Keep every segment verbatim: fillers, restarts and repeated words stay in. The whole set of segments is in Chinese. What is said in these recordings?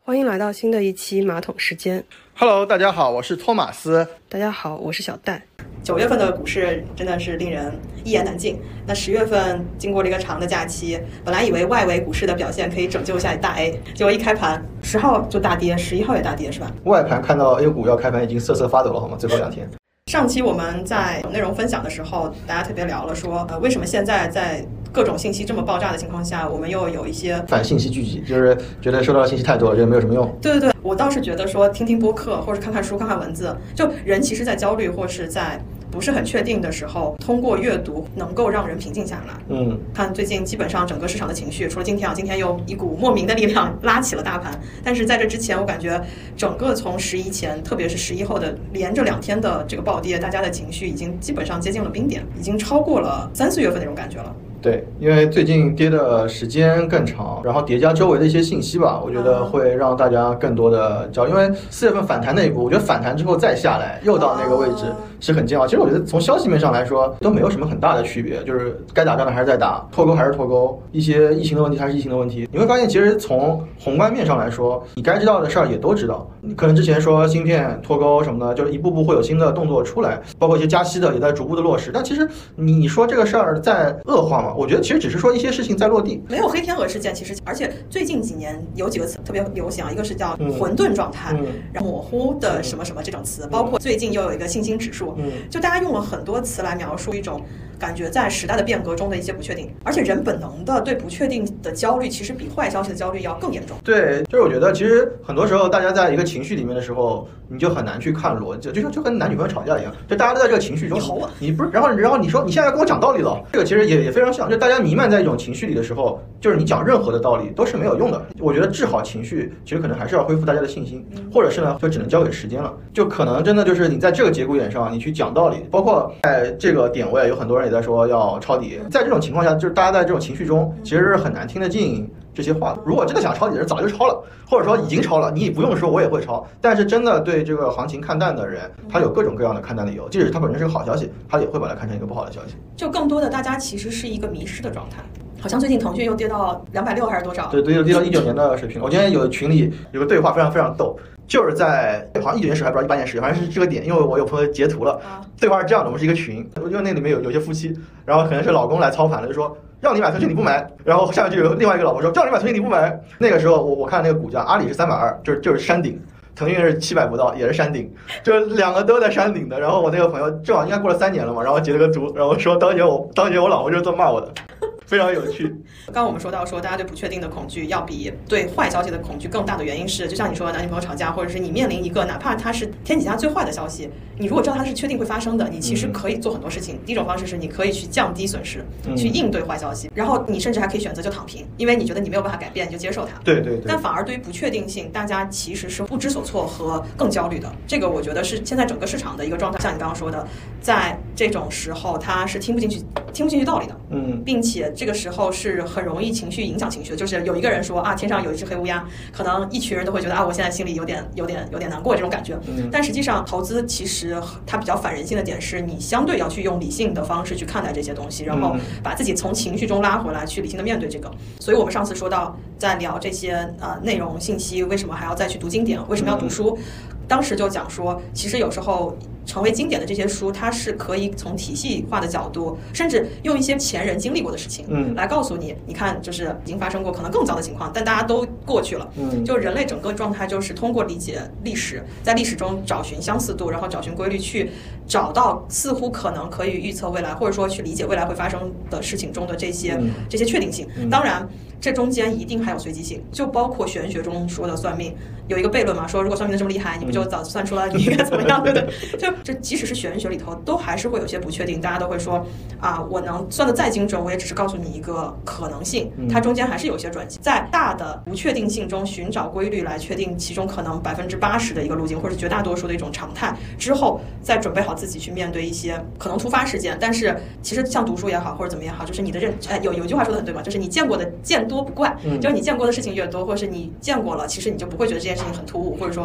欢迎来到新的一期马桶时间。 Hello， 大家好，我是托马斯。 大家好，我是小戴。 九月份的股市真的是令人一言难尽。那十月份经过了一个长的假期，本来以为外围股市的表现可以拯救一下大 A， 结果一开盘十号就大跌，十一号也大跌，是吧？ 外盘看到 A 股要开盘已经瑟瑟发抖了，好吗？最后两天。 上期我们在内容分享的时候，大家特别聊了说，呃，为什么现在在各种信息这么爆炸的情况下，我们又有一些反信息聚集，就是觉得收到的信息太多了，觉得没有什么用。 对对对，我倒是觉得说听听播客或者看看书、看看文字，就人其实在焦虑或是在不是很确定的时候，通过阅读能够让人平静下来。 嗯， 看最近基本上整个市场的情绪，除了今天啊，今天有一股莫名的力量拉起了大盘，但是在这之前，我感觉整个从十一前，特别是十一后的连着两天的这个暴跌，大家的情绪已经基本上接近了冰点，已经超过了三四月份那种感觉了。 对，因为最近跌的时间更长，然后叠加周围的一些信息吧，我觉得会让大家更多的焦虑。因为四月份反弹那一波，我觉得反弹之后再下来又到那个位置是很煎熬。其实我觉得从消息面上来说都没有什么很大的区别，就是该打仗的还是在打，脱钩还是脱钩，一些疫情的问题还是疫情的问题。你会发现，其实从宏观面上来说，你该知道的事儿也都知道。你可能之前说芯片脱钩什么的，就是一步步会有新的动作出来，包括一些加息的也在逐步的落实。但其实你你说这个事儿在恶化吗？我觉得其实只是说一些事情在落地， 没有黑天鹅事件。其实，而且最近几年有几个词特别流行啊，一个是叫混沌状态，嗯、然后模糊的什么什么这种词，嗯、包括最近又有一个信心指数，嗯、就大家用了很多词来描述一种感觉在时代的变革中的一些不确定，而且人本能的对不确定的焦虑，其实比坏消息的焦虑要更严重。 对，就是我觉得其实很多时候大家在一个情绪里面的时候，你就很难去看逻辑，就就跟男女朋友吵架一样，就大家都在这个情绪中， 你吼我， 你不是，然后然后你说你现在跟我讲道理了，这个其实也也非常像，就大家弥漫在一种情绪里的时候，就是你讲任何的道理都是没有用的。我觉得治好情绪，其实可能还是要恢复大家的信心，或者是呢，就只能交给时间了。就可能真的就是你在这个节骨眼上，你去讲道理，包括在这个点位，有很多人也在说要抄底。在这种情况下，就是大家在这种情绪中，其实是很难听得进这些话的。如果真的想抄底的人，早就抄了，或者说已经抄了，你也不用说我也会抄。但是真的对这个行情看淡的人，他有各种各样的看淡理由，即使他本身是个好消息，他也会把它看成一个不好的消息。 就更多的大家其实是一个迷失的状态。好像最近腾讯又跌到两百六还是多少？ 对对，又跌到一九年的水平。我今天有群里有个对话非常非常逗，就是在好像一九年十还不知道一八年十，反正是这个点，因为我有朋友截图了。啊、对话是这样的，我们是一个群，因为那里面有有些夫妻，然后可能是老公来操盘了，就说让你买腾讯你不买，然后下面就有另外一个老婆说让你买腾讯你不买。那个时候我我看那个股价，阿里是三百二，就是就是山顶。腾讯是七百不到，也是山顶，就是两个都在山顶的。然后我那个朋友正好应该过了三年了嘛，然后截了个图，然后说当年我当年我老婆就是这么骂我的。非常有趣。 刚刚我们说到说，大家对不确定的恐惧要比对坏消息的恐惧更大的原因是，就像你说男女朋友吵架，或者是你面临一个哪怕它是天底下最坏的消息，你如果知道它是确定会发生的，你其实可以做很多事情。嗯、第一种方式是你可以去降低损失，嗯、去应对坏消息，然后你甚至还可以选择就躺平，因为你觉得你没有办法改变，你就接受它。 对对对。 但反而对于不确定性，大家其实是不知所措和更焦虑的。这个我觉得是现在整个市场的一个状态。像你刚刚说的，在这种时候他是听不进去、听不进去道理的，嗯，并且这个时候是很容易情绪影响情绪的。就是有一个人说啊，天上有一只黑乌鸦，可能一群人都会觉得啊，我现在心里有点、有点、有点难过这种感觉。嗯，但实际上投资其实它比较反人性的点是，你相对要去用理性的方式去看待这些东西，然后把自己从情绪中拉回来，去理性的面对这个。所以我们上次说到，在聊这些呃内容信息，为什么还要再去读经典？为什么要读书？当时就讲说，其实有时候成为经典的这些书，它是可以从体系化的角度，甚至用一些前人经历过的事情，嗯，来告诉你，你看，就是已经发生过可能更糟的情况，但大家都过去了，嗯，就人类整个状态就是通过理解历史，在历史中找寻相似度，然后找寻规律，去找到似乎可能可以预测未来，或者说去理解未来会发生的事情中的这些、嗯、这些确定性。当然，这中间一定还有随机性，就包括玄学中说的算命，有一个悖论嘛，说如果算命的这么厉害，你不就早算出来你应该怎么样，对不对？就这即使是玄学里头，都还是会有些不确定，大家都会说啊，我能算得再精准，我也只是告诉你一个可能性，它中间还是有些转机，在大的不确定性中寻找规律来确定其中可能百分之八十的一个路径，或者绝大多数的一种常态之后，再准备好自己去面对一些可能突发事件。但是其实像读书也好，或者怎么也好，就是你的认，哎，有有句话说的很对嘛，就是你见过的见多不怪，就是你见过的事情越多，或者是你见过了，其实你就不会觉得这件事情很突兀，或者说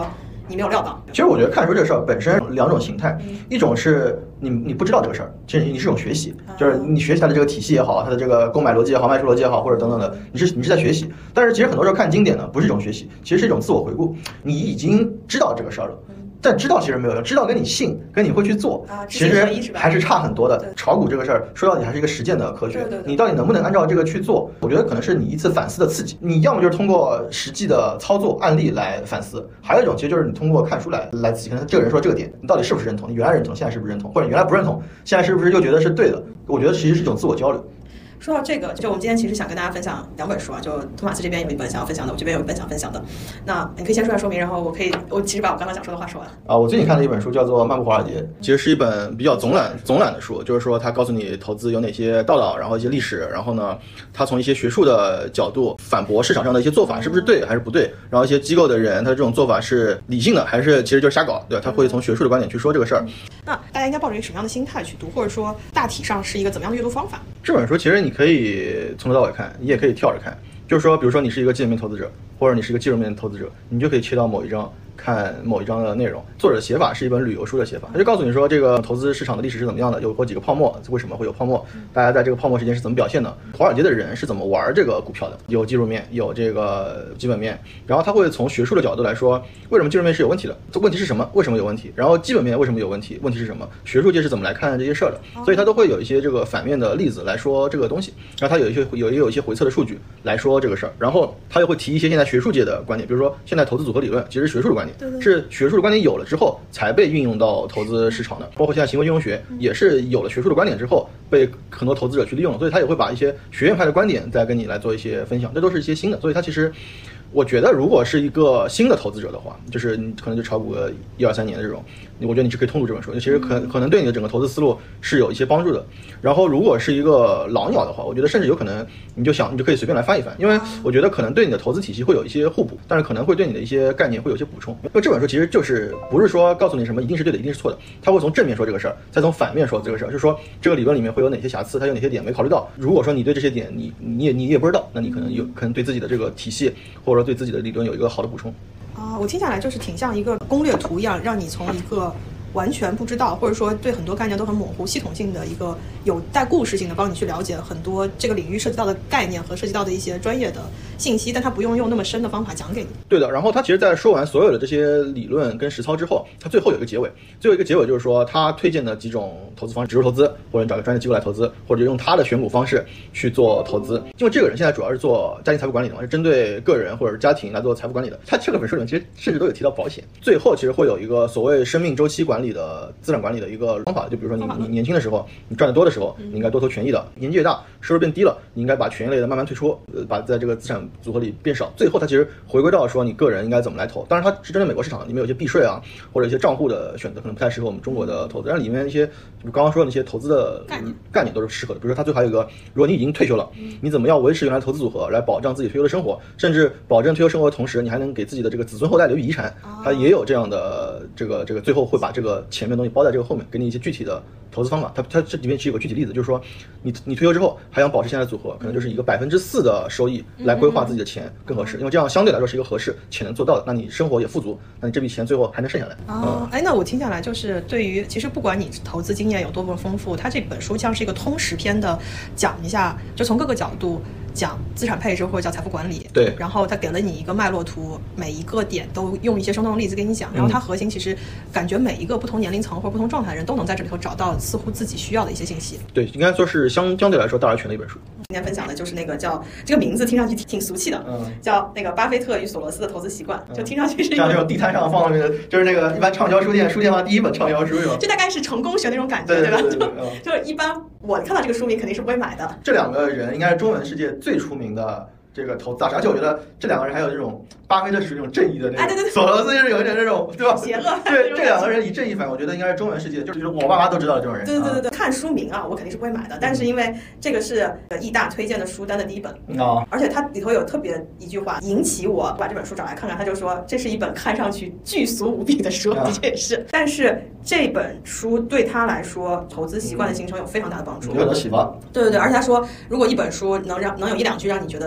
你没有料到。 其实我觉得看书这个事儿本身两种形态，嗯、一种是你你不知道这个事儿，其实你是一种学习，嗯、就是你学习它的这个体系也好，它的这个购买逻辑也好，卖出逻辑也好，或者等等的，你是你是在学习。但是其实很多时候看经典呢，不是一种学习，其实是一种自我回顾。你已经知道这个事儿了。嗯，但知道其实没有用，知道跟你信跟你会去做，啊、其实还是差很多的。炒股这个事儿说到底还是一个实践的科学， 对对对， 你到底能不能按照这个去做，我觉得可能是你一次反思的刺激。你要么就是通过实际的操作案例来反思，还有一种其实就是你通过看书来来自己看这个人说这个点，你到底是不是认同？你原来认同，现在是不是认同？或者你原来不认同，现在是不是又觉得是对的？我觉得其实是一种自我交流。 说到这个，就我们今天其实想跟大家分享两本书啊，就托马斯这边有一本想要分享的，我这边有一本想分享的。那你可以先说下说明，然后我可以，我其实把我刚刚想说的话说完。 啊，我最近看了一本书叫做《漫步华尔街》，其实是一本比较总览总览的书，就是说它告诉你投资有哪些道道，然后一些历史，然后呢，它从一些学术的角度反驳市场上的一些做法是不是对还是不对，然后一些机构的人他的这种做法是理性的还是其实就是瞎搞，对吧？他会从学术的观点去说这个事儿。 那大家应该抱着一个什么样的心态去读，或者说大体上是一个怎么样的阅读方法？ 这本书其实你可以从头到尾看，你也可以跳着看，就是说比如说你是一个基本面投资者，或者你是一个技术面投资者，你就可以切到某一章看某一章的内容。作者的写法是一本旅游书的写法，他就告诉你说这个投资市场的历史是怎么样的，有过几个泡沫，为什么会有泡沫，大家在这个泡沫时间是怎么表现的，华尔街的人是怎么玩这个股票的，有技术面有这个基本面，然后他会从学术的角度来说为什么技术面是有问题的，问题是什么，为什么有问题，然后基本面为什么有问题，问题是什么，学术界是怎么来看这些事儿的，所以他都会有一些这个反面的例子来说这个东西，然后他有一些有也有一些回测的数据来说这个事儿，然后他又会提一些现在学术界的观点，比如说现在投资组合理论其实是学术的观点， 对对， 是学术的观点有了之后才被运用到投资市场的，包括现在行为金融学也是有了学术的观点之后被很多投资者去利用，所以他也会把一些学院派的观点再跟你来做一些分享，这都是一些新的，所以他其实我觉得如果是一个新的投资者的话，就是你可能就炒股个一二三年的这种，我觉得你是可以通读这本书，其实可可能对你的整个投资思路是有一些帮助的。然后如果是一个老鸟的话，我觉得甚至有可能你就想你就可以随便来翻一翻，因为我觉得可能对你的投资体系会有一些互补，但是可能会对你的一些概念会有一些补充。因为这本书其实就是不是说告诉你什么一定是对的一定是错的，他会从正面说这个事儿，再从反面说这个事儿，就是说这个理论里面会有哪些瑕疵，它有哪些点没考虑到。如果说你对这些点你你也你也不知道，那你可能有可能对自己的这个体系或者说对自己的理论有一个好的补充。 啊、呃，我听下来就是挺像一个攻略图一样，让你从一个完全不知道或者说对很多概念都很模糊系统性的一个有带故事性的帮你去了解很多这个领域涉及到的概念和涉及到的一些专业的信息，但他不用用那么深的方法讲给你。 对的，然后他其实在说完所有的这些理论跟实操之后，他最后有一个结尾，最后一个结尾就是说他推荐的几种投资方式，指数投资，或者找个专业机构来投资，或者用他的选股方式去做投资。因为这个人现在主要是做家庭财富管理的嘛，是针对个人或者是家庭来做财富管理的。他这个本书里面其实甚至都有提到保险，最后其实会有一个所谓生命周期管理的资产管理的一个方法，就比如说你你年轻的时候，你赚得多的时候，你应该多投权益的；年纪越大，收入变低了，你应该把权益类的慢慢退出，呃，把在这个资产组合里变少。最后，它其实回归到说你个人应该怎么来投。当然，它是针对美国市场，里面有些避税啊，或者一些账户的选择可能不太适合我们中国的投资。但里面一些，就刚刚说的那些投资的概念概念都是适合的。比如说，它最后还有一个，如果你已经退休了，你怎么样维持原来投资组合来保障自己退休的生活，甚至保证退休生活的同时，你还能给自己的这个子孙后代留遗产。它也有这样的这个这个，最后会把这个前面的东西包在这个后面，给你一些具体的投资方法。它它这里面是有个具体例子，就是说你你退休之后还想保持现在的组合，可能就是一个百分之四的收益来规划自己的钱更合适，因为这样相对来说是一个合适且能做到的，那你生活也富足，那你这笔钱最后还能剩下来。 哦，哎，那我听下来就是对于其实不管你投资经验有多么丰富，它这本书像是一个通识篇的讲一下，就从各个角度讲资产配置或者叫财富管理。 对， 然后他给了你一个脉络图，每一个点都用一些生动的例子跟你讲，然后它核心其实感觉每一个不同年龄层或者不同状态的人都能在这里头找到似乎自己需要的一些信息。 对，应该说是相相对来说大而全的一本书。 今天分享的就是那个叫这个名字听上去挺挺俗气的，嗯，叫那个巴菲特与索罗斯的投资习惯，就听上去是像这种地摊上放的，就是那个一般畅销书店书店嘛第一本畅销书是吧？ 这大概是成功学那种感觉， 对吧？ 就就是一般我看到这个书名肯定是不会买的。 这两个人应该是中文世界最出名的这个投资大师，而且我觉得这两个人还有这种巴菲特属于这种正义的那种， 哎对对对， 索罗斯就是有一点那种对吧？ 邪恶。 对，这两个人以正义反，我觉得应该是中文世界就是我爸妈都知道的这种人。 对对对对，看书名啊，我肯定是不会买的，但是因为这个是易大推荐的书单的第一本啊，而且它里头有特别一句话引起我把这本书找来看看，他就说这是一本看上去巨俗无比的书，的确也是，但是这本书对他来说投资习惯的形成有非常大的帮助， 有很多启发。 对对对，而且他说如果一本书能让能有一两句让你觉得受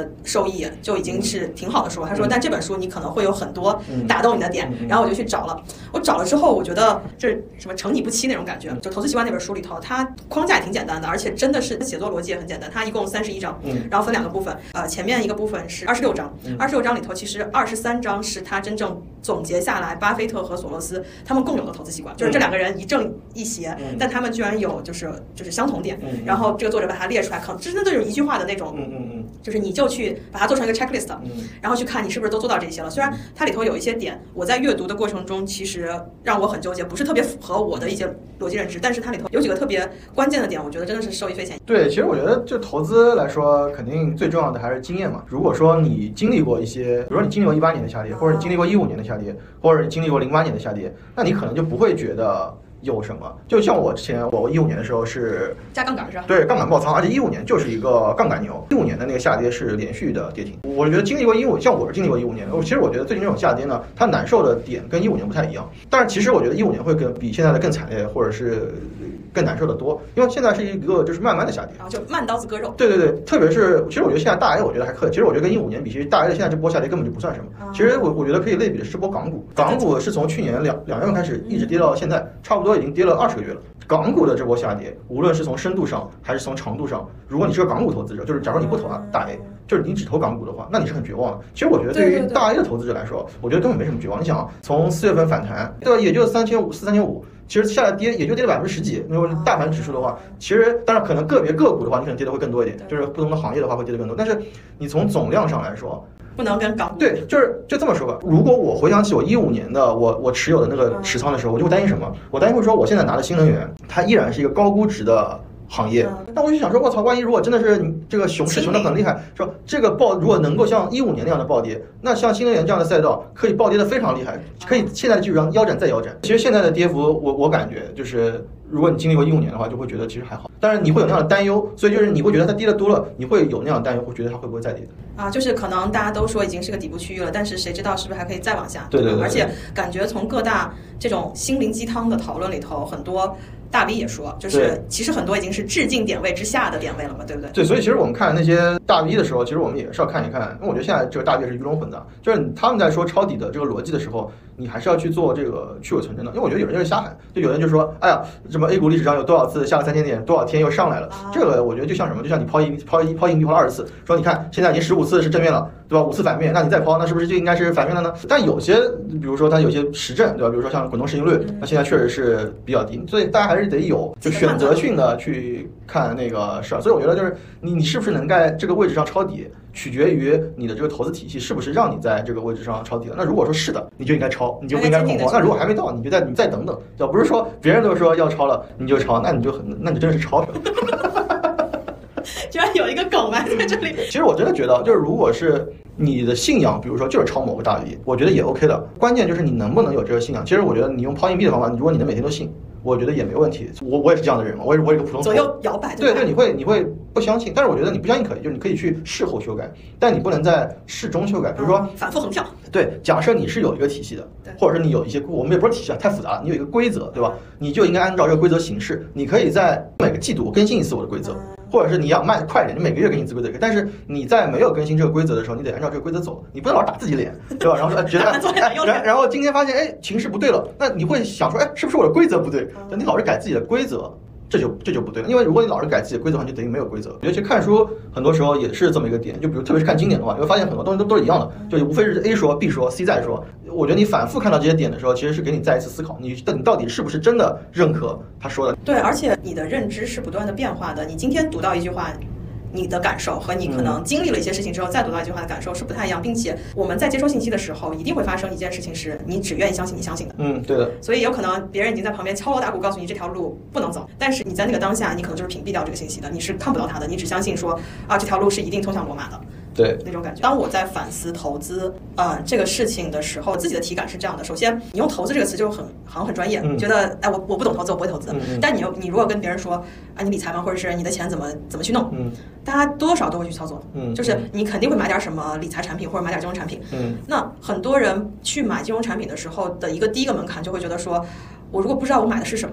受益就已经是挺好的书了。他说，但这本书你可能会有很多打动你的点，然后我就去找了。我找了之后，我觉得就是什么成你不欺那种感觉。就《投资习惯》那本书里头，它框架也挺简单的，而且真的是写作逻辑也很简单。它一共三十一章，然后分两个部分，呃，前面一个部分是二十六章，二十六章里头其实二十三章是他真正总结下来巴菲特和索罗斯他们共有的投资习惯，就是这两个人一正一邪，但他们居然有就是就是相同点。然后这个作者把它列出来，可能真的就是一句话的那种，就是你就去把它做成一个 checklist， 然后去看你是不是都做到这些了。虽然它里头有一些点，我在阅读的过程中其实让我很纠结，不是特别符合我的一些逻辑认知，但是它里头有几个特别关键的点，我觉得真的是受益匪浅。 对，其实我觉得就投资来说，肯定最重要的还是经验嘛。如果说你经历过一些，比如说你经历过一八年的下跌，或者经历过一五年的下跌，或者经历过零八年的下跌，那你可能就不会觉得有什么。就像我之前，我一五年的时候是加杠杆是吧？ 对，杠杆爆仓，而且一五年就是一个杠杆牛。一五年的那个下跌是连续的跌停。我觉得经历过一五，像我是经历过一五年，其实我觉得最近这种下跌呢，它难受的点跟一五年不太一样。但是其实我觉得一五年会更比现在的更惨烈，或者是更难受的多，因为现在是一个就是慢慢的下跌， 然后就慢刀子割肉。 对对对，特别是其实我觉得现在大 A 我觉得还可以，其实我觉得跟一五年比，其实大 A 的现在这波下跌根本就不算什么。其实我我觉得可以类比的是波港股，港股是从去年两两月份开始一直跌到现在，差不多已经跌了二十个月了。港股的这波下跌，无论是从深度上还是从长度上，如果你是个港股投资者，就是假如你不投啊大 A，就是你只投港股的话，那你是很绝望的。其实我觉得对于大 A 的投资者来说，我觉得根本没什么绝望。你想啊，从四月份反弹，对吧？也就三千五四三千五。其实下来跌也就跌了百分之十几，如果大盘指数的话，其实当然可能个别个股的话，你可能跌的会更多一点，就是不同的行业的话会跌得更多。但是你从总量上来说， 不能跟港股对，就是就这么说吧。如果我回想起我一五年的我我持有的那个持仓的时候，我就会担心什么？我担心会说我现在拿的新能源，它依然是一个高估值的行业，那我就想说，我操，万一如果真的是你这个熊市熊的很厉害，说这个暴如果能够像一五年那样的暴跌，那像新能源这样的赛道可以暴跌的非常厉害，可以现在继续让腰斩再腰斩。其实现在的跌幅，我我感觉就是，如果你经历过一五年的话，就会觉得其实还好，但是你会有那样的担忧，所以就是你会觉得它跌的多了，你会有那样的担忧，会觉得它会不会再跌的啊？就是可能大家都说已经是个底部区域了，但是谁知道是不是还可以再往下？ 对对 对, 对。 而且感觉从各大这种心灵鸡汤的讨论里头，很多大 V 也说，就是其实很多已经是致敬点位之下的点位了嘛，对不对？ 对，所以其实我们看那些大 V 的时候，其实我们也是要看一看，因为我觉得现在这个大 V 是鱼龙混杂，就是他们在说抄底的这个逻辑的时候，你还是要去做这个去伪存真的，因为我觉得有人就是瞎喊，就有人就说，哎呀，什么 A 股历史上有多少次下了三千点，多少天又上来了，这个我觉得就像什么，就像你抛一抛一抛硬币抛了二十次，说你看现在已经十五次是正面了，对吧？五次反面，那你再抛，那是不是就应该是反面了呢？但有些，比如说它有些实证，对吧？比如说像滚动市盈率，那现在确实是比较低，所以大家还是得有就选择性的去看那个事儿。所以我觉得就是你你是不是能在这个位置上抄底，取决于你的这个投资体系是不是让你在这个位置上抄底了。那如果说是的，你就应该抄，你就不应该恐慌。那如果还没到，你就再你再等等，要不是说别人都说要抄了你就抄，那你就很那你真的是抄。 居然有一个梗埋在这里。 其实我真的觉得，就是如果是你的信仰，比如说就是抄某个大 V， 我觉得也 OK 的。关键就是你能不能有这个信仰。其实我觉得你用抛硬币的方法，如果你能每天都信，我觉得也没问题。我我也是这样的人嘛，我也是我也是个普通左右摇摆。 对对，你会你会不相信，但是我觉得你不相信可以，就是你可以去事后修改，但你不能在事中修改。比如说、 嗯、反复横跳。 对，假设你是有一个体系的，或者是你有一些，我们也不是体系啊，太复杂了，你有一个规则，对吧？你就应该按照这个规则行事。你可以在每个季度更新一次我的规则。嗯，或者是你要慢快一点，你每个月更新一次规则，但是你在没有更新这个规则的时候，你得按照这个规则走，你不能老打自己脸，对吧？然后说觉得，哎，然然后今天发现，哎，情势不对了，那你会想说，哎，是不是我的规则不对？你老是改自己的规则，这就这就不对了。因为如果你老是改自己的规则的话，就等于没有规则。我觉得其实看书很多时候也是这么一个点，就比如特别是看经典的话，你会发现很多东西都都是一样的，就无非是 A 说 B 说 C 再说。我觉得你反复看到这些点的时候，其实是给你再一次思考，你你到底是不是真的认可他说的？ 对，而且你的认知是不断的变化的。你今天读到一句话，你的感受和你可能经历了一些事情之后再读到一句话的感受是不太一样，并且我们在接收信息的时候，一定会发生一件事情，是你只愿意相信你相信的。 嗯，对的。 所以有可能别人已经在旁边敲锣打鼓告诉你这条路不能走，但是你在那个当下，你可能就是屏蔽掉这个信息的，你是看不到它的，你只相信说啊这条路是一定通向罗马的。 对， 那种感觉。当我在反思投资呃这个事情的时候，自己的体感是这样的。首先，你用投资这个词就很好像很专业，嗯、觉得哎我我不懂投资，我不会投资。嗯、但你你如果跟别人说啊你理财吗，或者是你的钱怎么怎么去弄，嗯、大家多多少都会去操作。嗯，就是你肯定会买点什么理财产品或者买点金融产品。嗯，那很多人去买金融产品的时候的一个第一个门槛就会觉得说，我如果不知道我买的是什么。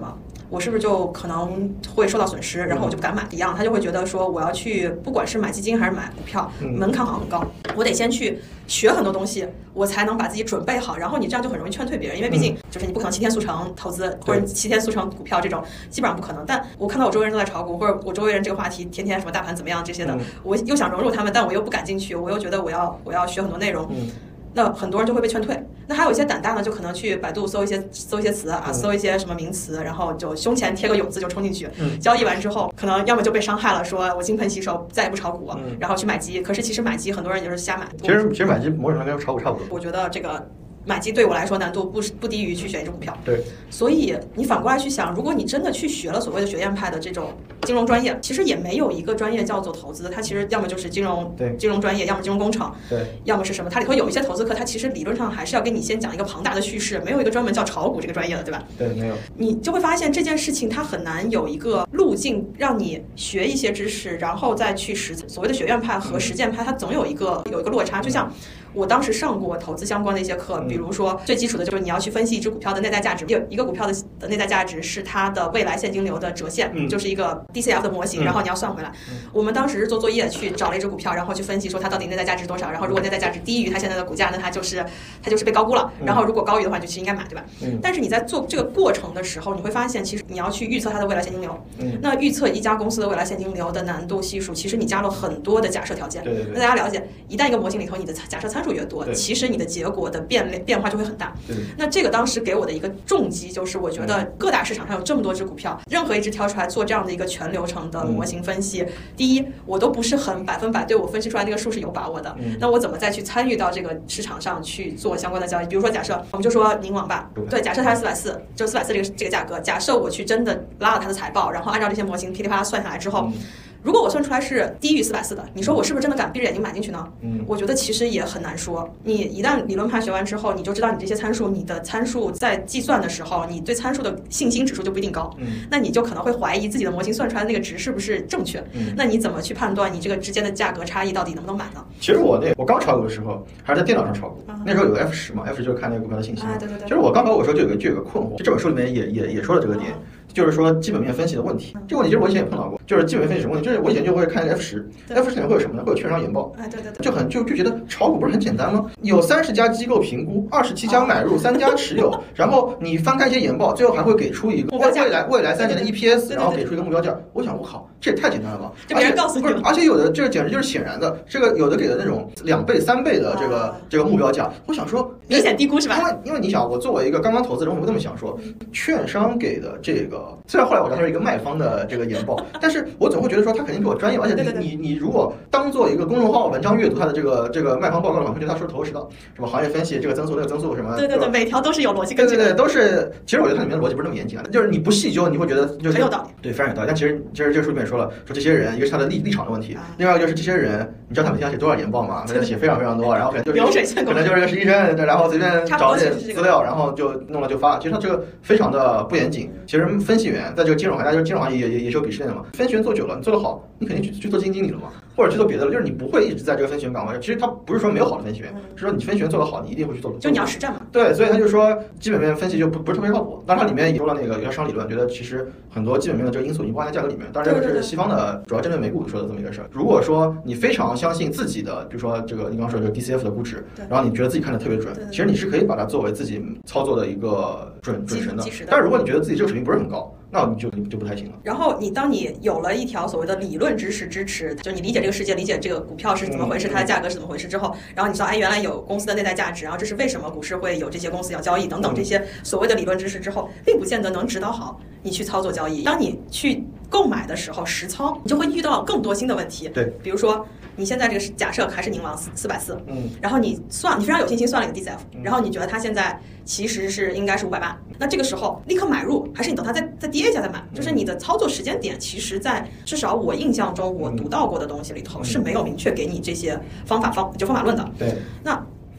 我是不是就可能会受到损失，然后我就不敢买一样，他就会觉得说我要去不管是买基金还是买股票，门槛好像很高，我得先去学很多东西，我才能把自己准备好，然后你这样就很容易劝退别人，因为毕竟就是你不可能七天速成投资或者七天速成股票这种基本上不可能。但我看到我周围人都在炒股，或者我周围人这个话题天天什么大盘怎么样这些的，我又想融入他们，但我又不敢进去，我又觉得我要我要学很多内容。那很多人就会被劝退。那还有一些胆大呢，就可能去百度搜一些搜一些词啊，搜一些什么名词，然后就胸前贴个勇字就冲进去，交易完之后，可能要么就被伤害了，说我金盆洗手，再也不炒股，然后去买基。可是其实买基很多人就是瞎买。 其实其实买基某种程度跟炒股差不多。 我觉得这个买基对我来说难度不不低于去选一只股票。 对， 所以你反过来去想，如果你真的去学了所谓的学院派的这种金融专业，其实也没有一个专业叫做投资，它其实要么就是金融金融专业，要么金融工程， 对， 要么是什么，它里头有一些投资课，它其实理论上还是要跟你先讲一个庞大的叙事，没有一个专门叫炒股这个专业的，对吧？ 对，没有。 你就会发现这件事情它很难有一个路径让你学一些知识，然后再去实所谓的学院派和实践派，它总有一个有一个落差，就像。我当时上过投资相关的一些课，比如说最基础的就是你要去分析一只股票的内在价值，一个股票的的内在价值是它的未来现金流的折现，嗯、就是一个 D C F 的模型，然后你要算回来。嗯、我们当时是做作业去找了一只股票，然后去分析说它到底内在价值多少，然后如果内在价值低于它现在的股价，那它就是它就是被高估了，然后如果高于的话，就其实应该买，对吧？嗯、但是你在做这个过程的时候，你会发现其实你要去预测它的未来现金流，嗯、那预测一家公司的未来现金流的难度系数，其实你加了很多的假设条件。 对对对。 那大家了解，一旦一个模型里头你的假设参数越多，其实其实你的结果的变变化就会很大。那这个当时给我的一个重击就是，我觉得各大市场上有这么多只股票，任何一只挑出来做这样的一个全流程的模型分析，嗯、第一，我都不是很百分百对我分析出来那个数是有把握的。嗯、那我怎么再去参与到这个市场上去做相关的交易？比如说，假设我们就说宁王吧，对，假设它是四百四，就四百四这个这个价格，假设我去真的拉了它的财报，然后按照这些模型噼里啪啦算下来之后。嗯如果我算出来是低于四百四的，你说我是不是真的敢闭着眼睛买进去呢？嗯，我觉得其实也很难说。你一旦理论派学完之后，你就知道你这些参数，你的参数在计算的时候，你对参数的信心指数就不一定高。嗯，那你就可能会怀疑自己的模型算出来的那个值是不是正确。嗯，那你怎么去判断你这个之间的价格差异到底能不能买呢？ 其实我那我刚炒股的时候还是在电脑上炒股，嗯、那时候有个 F 十嘛 ，F 十就是看那个股票的信息。 啊，对对对。 其实我刚搞股的时候就有个就有个困惑，就这本书里面也也也说了这个点。嗯就是说基本面分析的问题，这个问题其实我以前也碰到过，就是基本面分析什么问题，就是我以前就会看 F 十 ，F 十里面会有什么呢？会有券商研报， 哎，对对对， 就很就就觉得炒股不是很简单吗？有三十家机构评估，二十七家买入，三家持有，然后你翻开一些研报，最后还会给出一个未来未来三年的 E P S， 然后给出一个目标价。我想，我靠，这也太简单了吧！ 就别人告诉你了， 而且有的这个简直就是显然的，这个有的给的那种两倍、三倍的这个这个目标价，我想说明显低估是吧？ 因为因为你想，我作为一个刚刚投资人，我会这么想说，券商给的这个，虽然后来我知道。是一个卖方的这个研报，但是我总会觉得说他肯定比我专业，而且你你你如果当做一个公众号文章阅读他的这个这个卖方报告的话，会觉得他说头头是道，什么行业分析这个增速那个增速什么， 对对对，每条都是有逻辑根据的， 对对对，都是。其实我觉得它里面的逻辑不是那么严谨的，就是你不细究，你会觉得就是很有道理， 对，非常有道理。但其实其实这个书里面说了，说这些人一个是他的立立场的问题，另外一个就是这些人，你知道他每天要写多少研报吗？他要写非常非常多，然后可能就是流水线， 可能就是个实习生，然后随便找点资料，然后就弄了就发。其实他这个非常的不严谨。其实分析员在这个金融行业，就是金融行业也也也是有鄙视链的嘛。分析员做久了，你做得好，你肯定去去做基金经理了嘛，或者去做别的了。就是你不会一直在这个分析员岗位上。其实他不是说没有好的分析员，是说你分析员做得好，你一定会去做。 就你要实战嘛。 对，所以他就说基本面分析就不不是特别靠谱。当然，它里面也说了那个有点市场理论，觉得其实很多基本面的这个因素已经包含在价格里面。当然，这个是西方的主要针对美股说的这么一个事儿。如果说你非常相信自己的，比如说这个你刚刚说这个 D C F 的估值，然后你觉得自己看的特别准，其实你是可以把它作为自己操作的一个准准绳的。但是如果你觉得自己这个水平不是很高，那你就就不太行了。 然后你当你有了一条所谓的理论知识支持，就你理解这个世界，理解这个股票是怎么回事，它的价格是怎么回事之后，然后你知道哎原来有公司的内在价值，然后这是为什么股市会有这些公司要交易等等这些所谓的理论知识之后，并不见得能指导好你去操作交易。当你去购买的时候实操，你就会遇到更多新的问题。 对， 比如说你现在这个假设还是宁王四百四，嗯，然后你算你非常有信心算了一个 D C F，然后你觉得它现在其实是应该是五百八，那这个时候立刻买入，还是你等它再再跌一下再买？就是你的操作时间点，其实在至少我印象中我读到过的东西里头是没有明确给你这些方法方就方法论的。 对， 那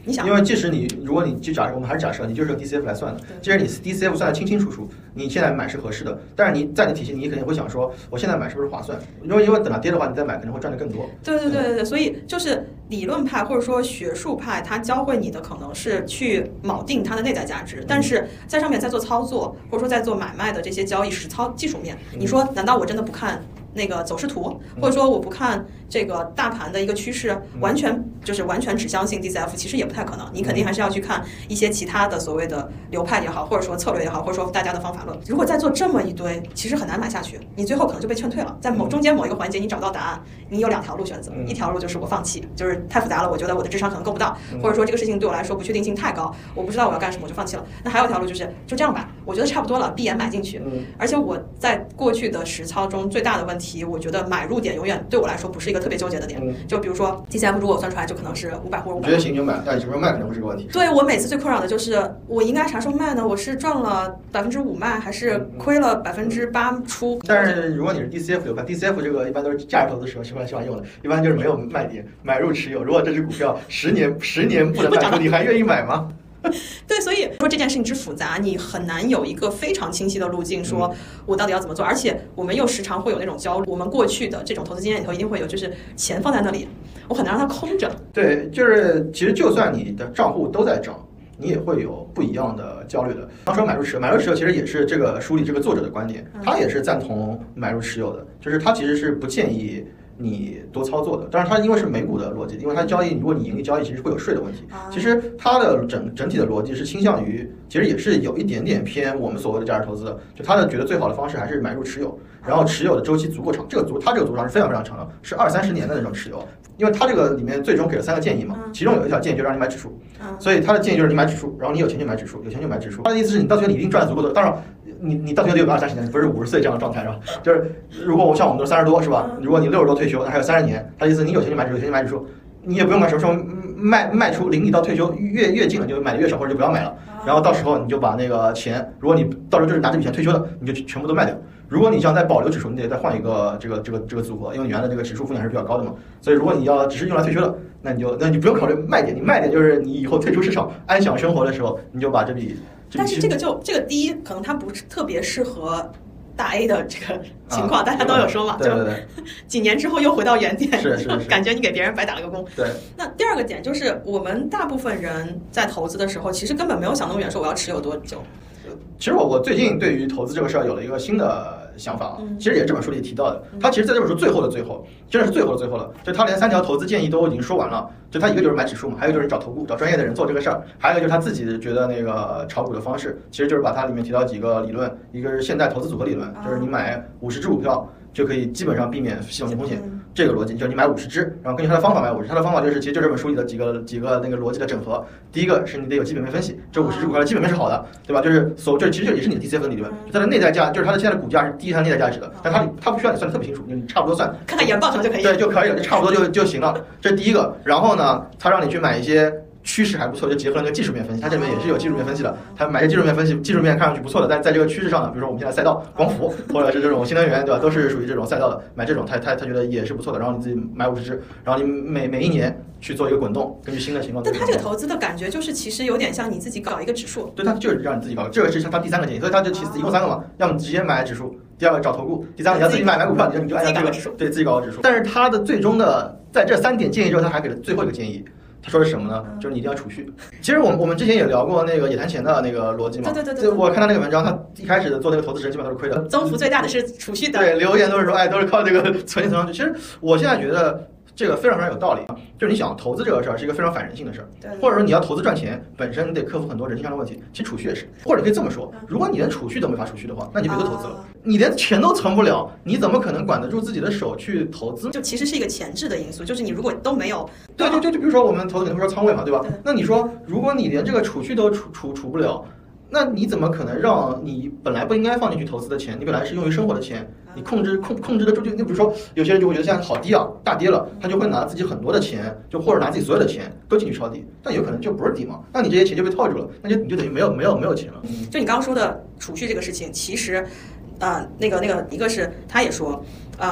你想， 因为即使你如果你就假设我们还是假设你就是用 D C F 来算的，即使你 D C F 算的清清楚楚，你现在买是合适的，但是你在你体系你肯定会想说，我现在买是不是划算？因为因为等它跌的话，你再买可能会赚的更多。 对对对对对，所以就是理论派或者说学术派，它教会你的可能是去锚定它的内在价值，但是在上面在做操作或者说在做买卖的这些交易实操技术面，你说难道我真的不看那个走势图，或者说我不看这个大盘的一个趋势，完全就是完全只相信 D C F， 其实也不太可能。你肯定还是要去看一些其他的所谓的流派也好，或者说策略也好，或者说大家的方法论。如果再做这么一堆，其实很难买下去，你最后可能就被劝退了。在某中间某一个环节，你找到答案，你有两条路选择，一条路就是我放弃，就是太复杂了，我觉得我的智商可能够不到，或者说这个事情对我来说不确定性太高，我不知道我要干什么，我就放弃了。那还有一条路就是就这样吧，我觉得差不多了，闭眼买进去。而且我在过去的实操中最大的问题，我觉得买入点永远对我来说不是一个特别纠结的点。就比如说 D C F 如果我算出来就可能是五百或者五百， 觉得行就买，但你什么时候卖可能不是个问题。 对，我每次最困扰的就是我应该啥时候卖呢？我是赚了百分之五卖，还是亏了百分之八出？ 但是如果你是 D C F 流派 ，D C F 这个一般都是价值投资时候喜欢喜欢用的，一般就是没有卖点，买入持有。如果这只股票十年十年不能卖出，你还愿意买吗？ 对，所以说这件事情之复杂，你很难有一个非常清晰的路径，说我到底要怎么做。而且我们又时常会有那种焦虑，我们过去的这种投资经验里头一定会有，就是钱放在那里，我很难让它空着。 对，就是其实就算你的账户都在涨，你也会有不一样的焦虑的。刚说买入持有，买入持有其实也是这个书里这个作者的观点，他也是赞同买入持有的，就是他其实是不建议你多操作的。当然它因为是美股的逻辑，因为它交易如果你盈利交易其实会有税的问题，其实它的整整体的逻辑是倾向于其实也是有一点点偏我们所谓的价值投资的，就他的觉得最好的方式还是买入持有，然后持有的周期足够长，这个足它这个足够长是非常非常长的，是二三十年的那种持有。因为它这个里面最终给了三个建议嘛，其中有一条建议就是让你买指数，所以他的建议就是你买指数，然后你有钱就买指数，有钱就买指数。他的意思是你到最后你一定赚足够的，当然你你到最后得有个二三十年，不是五十岁这样的状态是吧？就是如果我像我们都是三十多是吧？如果你六十多退休，那还有三十年，他的意思你有钱就买指数，有钱就买指数，你也不用管什么时候卖卖出，离你到退休越越近了就买的越少，或者就不要买了。然后到时候你就把那个钱，如果你到时候就是拿这笔钱退休的，你就全部都卖掉。如果你想再保留指数，你得再换一个这个这个这个组合，因为原来这个指数风险还是比较高的嘛。所以如果你要只是用来退休的，那你就那你不用考虑卖点，你卖点就是你以后退出市场安享生活的时候，你就把这笔。这笔但是这个就这个第一，可能它不是特别适合大 A 的这个情况，啊、大家都有说嘛， 对对对， 就几年之后又回到原点， 是是是， 感觉你给别人白打了个工。 对。 那第二个点就是，我们大部分人在投资的时候，其实根本没有想那么远，说我要持有多久。 其实我我最近对于投资这个事儿有了一个新的想法，其实也是这本书里提到的。他其实在这本书最后的最后，真的是最后的最后了，就他连三条投资建议都已经说完了。就他一个就是买指数嘛，还有就是找投顾，找专业的人做这个事儿，还有一个就是他自己觉得那个炒股的方式，其实就是把它里面提到几个理论，一个是现代投资组合理论，就是你买五十只股票就可以基本上避免系统性风险。这个逻辑就是你买五十只，然后根据他的方法买五十，他的方法就是其实就这本书里的几个几个那个逻辑的整合。第一个是你得有基本面分析，这五十只股票的基本面是好的，对吧？就是所就是其实也是你的 D C F 的理论，它的内在价就是它的现在的股价是低于它的内在价值的，但它它不需要你算的特别清楚，你差不多算， 看看研报什么就可以， 对就可以了，就差不多就就行了。这是第一个。然后呢，他让你去买一些趋势还不错，就结合了那个技术面分析，它这里面也是有技术面分析的。他买些技术面分析，技术面看上去不错的，但在这个趋势上呢，比如说我们现在赛道光伏或者是这种新能源，对吧？都是属于这种赛道的，买这种他他他觉得也是不错的。然后你自己买五十只，然后你每每一年去做一个滚动，根据新的情况。 但他这个投资的感觉就是其实有点像你自己搞一个指数。 对，他就是让你自己搞，这个是他第三个建议，所以他就其实一共三个嘛，要么直接买指数，第二个找投顾，第三个你要自己买买股票，你就你就按照这个指数，对自己搞个指数。但是他的最终的在这三点建议之后，他还给了最后一个建议。他说的是什么呢？就是你一定要储蓄。其实我们我们之前也聊过那个野谈钱的那个逻辑嘛。 对对对对。 我看到那个文章，他一开始做那个投资人基本上都是亏的， 增幅最大的是储蓄的。 对，留言都是说，哎，都是靠这个存钱存上去。其实我现在觉得这个非常非常有道理，就是你想投资这个事儿是一个非常反人性的事儿，或者说你要投资赚钱，本身你得克服很多人性上的问题。其实储蓄也是，或者可以这么说，如果你连储蓄都没法储蓄的话，那你就别做投资了。你连钱都存不了，你怎么可能管得住自己的手去投资？ 就其实是一个前置的因素，就是你如果都没有， 对对对，就比如说我们投资可能会说仓位嘛，对吧？那你说，如果你连这个储蓄都储储储不了，那你怎么可能让你本来不应该放进去投资的钱，你本来是用于生活的钱，你控制控控制得住？就你比如说，有些人就会觉得现在好低啊，大跌了，他就会拿自己很多的钱，就或者拿自己所有的钱都进去抄底，但有可能就不是底嘛，那你这些钱就被套住了，那就你就等于没有没有没有钱了。 就你刚刚说的储蓄这个事情，其实，呃，那个那个一个是他也说，呃。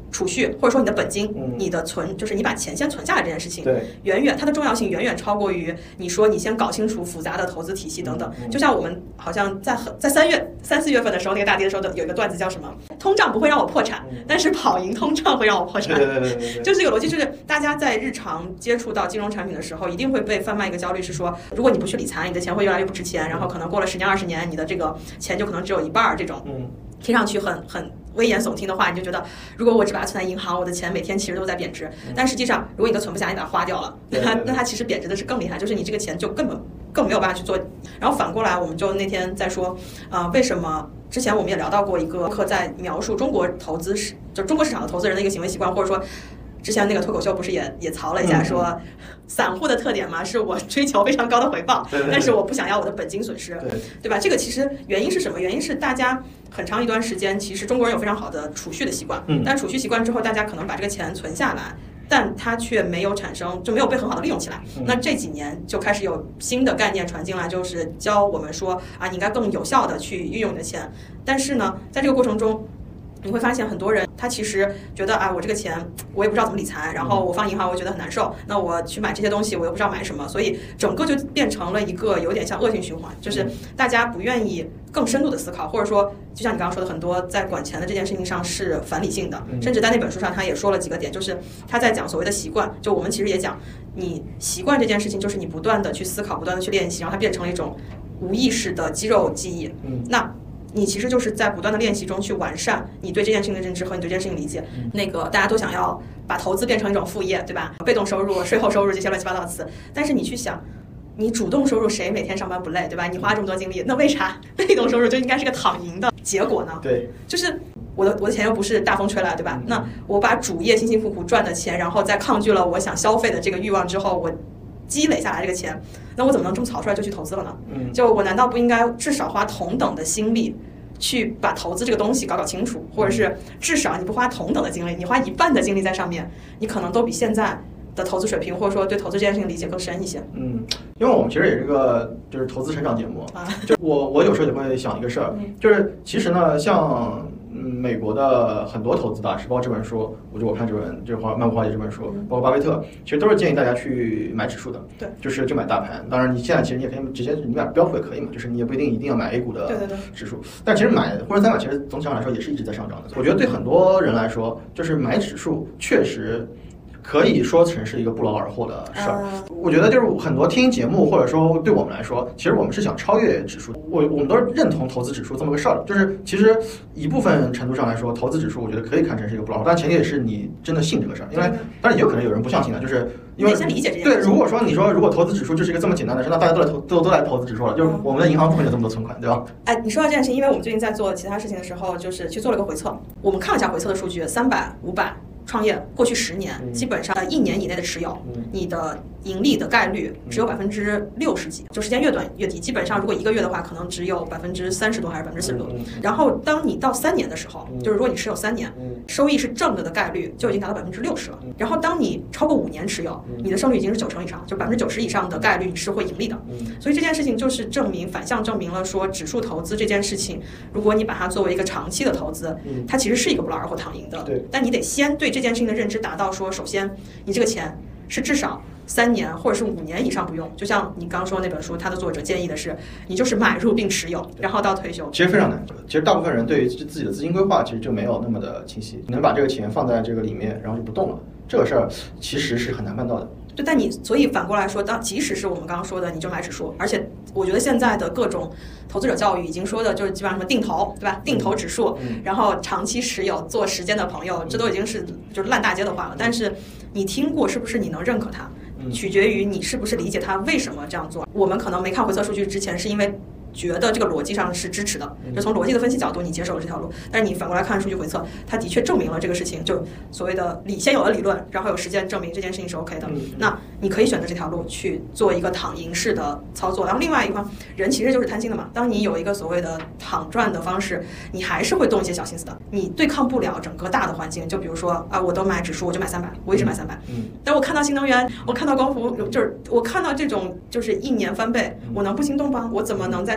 储蓄或者说你的本金，嗯、你的存就是你把钱先存下来这件事情， 对， 远远它的重要性远远超过于你说你先搞清楚复杂的投资体系等等。嗯、就像我们好像在在三月三四月份的时候，那个大跌的时候的有一个段子叫什么？通胀不会让我破产，嗯、但是跑赢通胀会让我破产。 对对对对对， 就是这个逻辑，就是大家在日常接触到金融产品的时候，一定会被贩卖一个焦虑，是说如果你不去理财，你的钱会越来越不值钱，然后可能过了十年二十年，你的这个钱就可能只有一半这种。嗯。听上去很很危言耸听的话，你就觉得如果我只把它存在银行，我的钱每天其实都在贬值。嗯、但实际上，如果你都存不下，你把它花掉了，那它那它其实贬值的是更厉害，就是你这个钱就根本更没有办法去做。然后反过来，我们就那天在说，啊、呃，为什么之前我们也聊到过一个课，在描述中国投资市，就中国市场的投资人的一个行为习惯，或者说。之前那个脱口秀不是也也槽了一下说，嗯、散户的特点嘛，是我追求非常高的回报， 对对对， 但是我不想要我的本金损失， 对对吧？这个其实原因是什么？原因是大家很长一段时间，其实中国人有非常好的储蓄的习惯，嗯，但储蓄习惯之后，大家可能把这个钱存下来，但它却没有产生，就没有被很好的利用起来。嗯、那这几年就开始有新的概念传进来，就是教我们说啊，你应该更有效的去运用你的钱。但是呢，在这个过程中，你会发现很多人他其实觉得啊，我这个钱我也不知道怎么理财，然后我放银行我觉得很难受，那我去买这些东西我又不知道买什么，所以整个就变成了一个有点像恶性循环，就是大家不愿意更深度的思考，或者说就像你刚刚说的，很多在管钱的这件事情上是反理性的，甚至在那本书上他也说了几个点，就是他在讲所谓的习惯，就我们其实也讲，你习惯这件事情就是你不断的去思考，不断的去练习，然后它变成了一种无意识的肌肉记忆。嗯，那你其实就是在不断的练习中去完善你对这件事情的认知和你对这件事情的理解。嗯、那个大家都想要把投资变成一种副业，对吧？被动收入、税后收入这些乱七八糟的词，但是你去想，你主动收入谁每天上班不累，对吧？你花这么多精力，那为啥被动收入就应该是个躺赢的结果呢？ 对， 就是我的我的钱又不是大风吹来，对吧？嗯、那我把主业辛辛苦苦赚的钱，然后在抗拒了我想消费的这个欲望之后，我积累下来这个钱，那我怎么能这么草出来就去投资了呢？嗯，就我难道不应该至少花同等的心力去把投资这个东西搞搞清楚，或者是至少你不花同等的精力，你花一半的精力在上面，你可能都比现在的投资水平或者说对投资这件事情理解更深一些。 嗯，因为我们其实也是个就是投资成长节目啊，就我我有时候也会想一个事儿，就是其实呢，像嗯美国的很多投资大师，包括这本书，我就我看这本就是《漫步华尔街》这本书，包括巴菲特，其实都是建议大家去买指数的， 对，就是就买大盘。当然，你现在其实你也可以直接你买标普也可以嘛，就是你也不一定一定要买 A 股的指数。 对对对， 但其实买沪深三百其实总体上来说也是一直在上涨的。我觉得对很多人来说，就是买指数确实可以说成是一个不劳而获的事儿。Uh, 我觉得就是很多听节目或者说对我们来说，其实我们是想超越指数。我我们都认同投资指数这么个事儿，就是其实一部分程度上来说，投资指数我觉得可以看成是一个不劳而获，但前提也是你真的信这个事儿。因为当然也有可能有人不相信的，就是因为先理解这件事。 对，如果说你说如果投资指数就是一个这么简单的事，那大家都来投都都来投资指数了，就是我们的银行不可能有这么多存款，对吧？ 哎，你说到这件事情，因为我们最近在做其他事情的时候，就是去做了个回测，我们看了一下回测的数据，三百、五百。创业过去十年，基本上一年以内的持有，你的盈利的概率只有百分之六十几，就时间越短越低。基本上如果一个月的话，可能只有百分之三十多还是百分之四十多。然后当你到三年的时候，就是如果你持有三年，收益是正的的概率就已经达到百分之六十了。然后当你超过五年持有，你的胜率已经是九成以上，就百分之九十以上的概率你是会盈利的。所以这件事情就是证明反向证明了说，指数投资这件事情，如果你把它作为一个长期的投资，它其实是一个不劳而获躺赢的。 对， 但你得先对这件事情的认知达到说，首先你这个钱是至少三年或者是五年以上不用，就像你刚说那本书，它的作者建议的是，你就是买入并持有，然后到退休。 其实非常难，其实大部分人对于自己的资金规划其实就没有那么的清晰，能把这个钱放在这个里面，然后就不动了，这个事儿其实是很难办到的。 对，但你所以反过来说，当即使是我们刚刚说的，你就买指数，而且我觉得现在的各种投资者教育已经说的就是基本上什么定投，对吧？定投指数，嗯、然后长期持有做时间的朋友，这都已经是就是烂大街的话了。但是你听过，是不是你能认可它？取决于你是不是理解它为什么这样做。我们可能没看回测数据之前，是因为觉得这个逻辑上是支持的，就从逻辑的分析角度你接受了这条路，但是你反过来看数据回测，它的确证明了这个事情，就所谓的理先有的理论，然后有实践证明这件事情是 OK 的，那你可以选择这条路去做一个躺赢式的操作。然后另外一方人其实就是贪心的嘛，当你有一个所谓的躺赚的方式，你还是会动一些小心思的，你对抗不了整个大的环境。就比如说啊，我都买指数，我就买三百，我一直买三百，嗯，但我看到新能源，我看到光伏，就是我看到这种就是一年翻倍，我能不心动吗？我怎么能在